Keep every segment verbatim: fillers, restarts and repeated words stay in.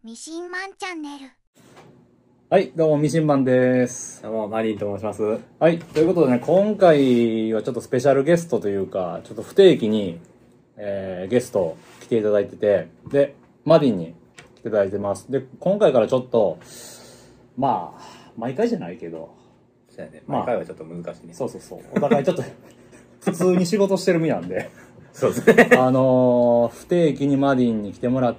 ミシンマンチャンネル。 はい、どうも、ミシンマンです。 どうも、マリンと申します。 はい、ということでね、今回はちょっとスペシャルゲストというか、ちょっと不定期に、えー、ゲスト来ていただいてて、で、マディンに来ていただいてます。で、今回からちょっと、まあ、毎回じゃないけど、 そうやね。 まあ毎回はちょっと難しいね。 そうそうそう、お互いちょっと、普通に仕事してる身なんで、 そうですね。 あのー、不定期にマディンに来てもらって、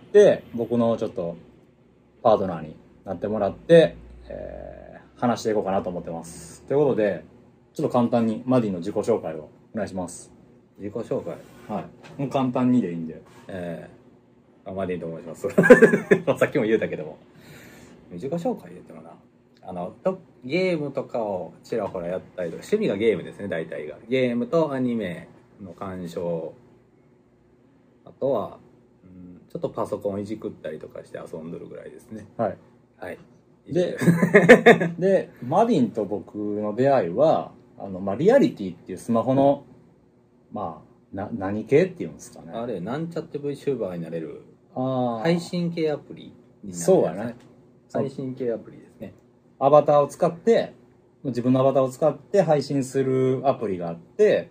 僕のちょっと、パートナーになってもらって、えー、話していこうかなと思ってます。ということで、ちょっと簡単にマディの自己紹介をお願いします。 自己紹介。 はい。もう簡単にでいいんで。 えー、あマリンと申します。さっきも言うたけども。自己紹介言ってもな。あの、とゲームとかをちらほらやったりとか、趣味がゲームですね、大体が。ゲームとアニメの鑑賞。あとは、うんちょっとパソコンいじくったりとかして遊んどるぐらいですね。 はい。 はい。 で、で、マディンと僕の出会いは、あの、まあ、リアリティっていうスマホの、まあ、な、何系っていうんですかね。 あれ、なんちゃって VTuber になれるあー配信系アプリになるやつそうやね。 配信系アプリですね。 アバターを使って、自分のアバターを使って配信するアプリがあって、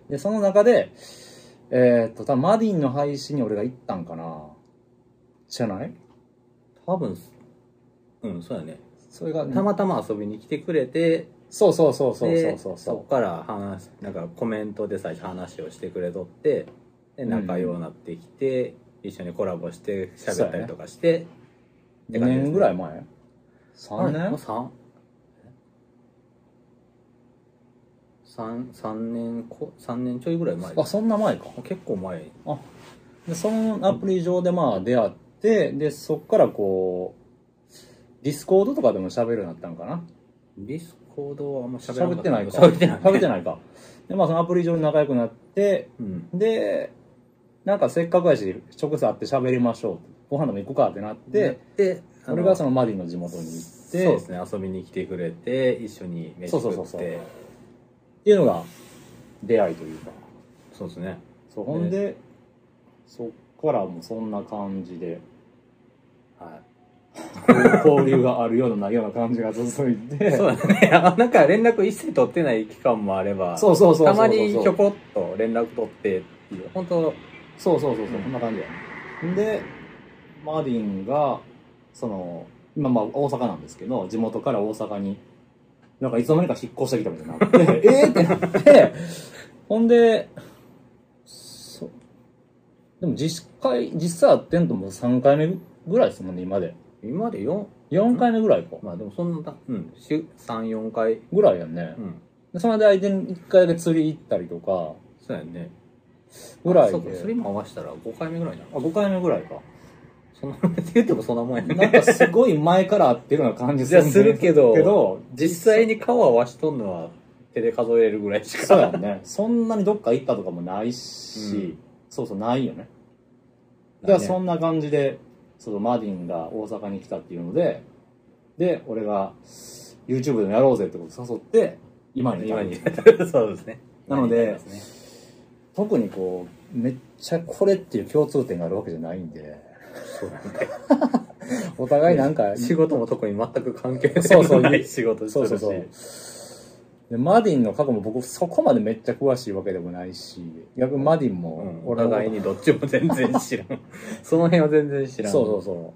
で、その中で、えーっと、多分マディンの配信に俺が行ったんかな。知らない？ 多分、うんそうやね。 それが、 たまたま遊びに来てくれて、 そうそうそうそうそうでそうそっから話なんかコメントで最初話をしてくれとって、で仲良くなってきて、一緒にコラボして喋ったりとかして、 にねんぐらい前 ?さん 年 3? 三三年こ三年ちょいぐらい前。 あ、そんな前か。 結構前。 あ、で、そのアプリ上でまあ出会って、で、そっからこう、ディスコードとかでも喋るようになったんかな。 ディスコードはあんま喋らなか喋ってないか。 喋ってない、ね。 喋ってないか。で、まあそのアプリ上で仲良くなって、 うん、 で、なんかせっかくやし、直接会って喋りましょう。ご飯でも行こうかってなって、 で、 俺がそのマディの地元に行って、 そうですね、遊びに来てくれて、一緒に飯食って。 そうそうそうそう。っていうのが出会いというか。 そうですね。 そう、ほんで、そっからもうそんな感じで、 はい。 交流があるようなないような感じが続いて。 そうだね。あなんか連絡一切取ってない期間もあれば、 そうそうそうそうそう。 たまにひょこっと連絡取ってっていう、本当そうそうそうそう、 うん、 こんな感じだよね。で、マディンが、その、今まあ大阪なんですけど、地元から大阪に、なんかいつの間にか引っ越してきたみたいになって、えーってなって、ほんで、そでも実際、実際会ってんともさんかいめぐらいですもんね、今で。 今でよん、 よんかいめぐらいか。 まあでもそんな、うん、さん、よんかい。 ぐらいやんね。 うん。 でその間相手にいっかいだけ釣り行ったりとか、 そうやね。 ぐらいで。 そうか、それも合わせたらごかいめぐらいなの。 あ、ごかいめぐらいか。 その、って言ってもそんなもんやね。 なんかすごい前から会ってるような感じするんするけど、 けど実際に顔合わしとんのは手で数えれるぐらいしか。 そうやね。そんなにどっか行ったとかもないし、 うん、 そうそう、ないよね。だからそんな感じで、そのマディンが大阪に来たっていうので、で、俺が YouTube でもやろうぜってことを誘って、今に今に至る。 そうですね。 なので、 ね、 特にこう、めっちゃこれっていう共通点があるわけじゃないんで、 そうなんだよ。 お互いなんか、 仕事も特に全く関係そうそうない仕事してるし。 そうそうそう。でマディンの過去も僕そこまでめっちゃ詳しいわけでもないし、逆にマディンも、 うん、お互いにどっちも全然知らん。その辺は全然知らん。 そうそうそう。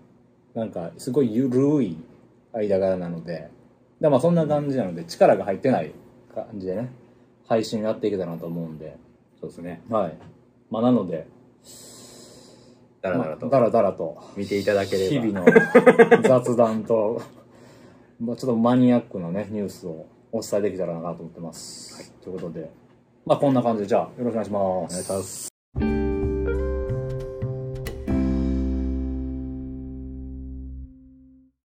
なんかすごいゆるい間柄なので、でまあそんな感じなので、力が入ってない感じでね、配信やっていけたなと思うんで。 そうですね。 はい。まあなので、 だらだらと。 だらだらと。 見ていただければ。 日々の雑談と、まあちょっとマニアックなね、ニュースをお伝えできたらなと思ってます。はい。ということで、まあこんな感じで、じゃあよろしくお願いします。 お願いします。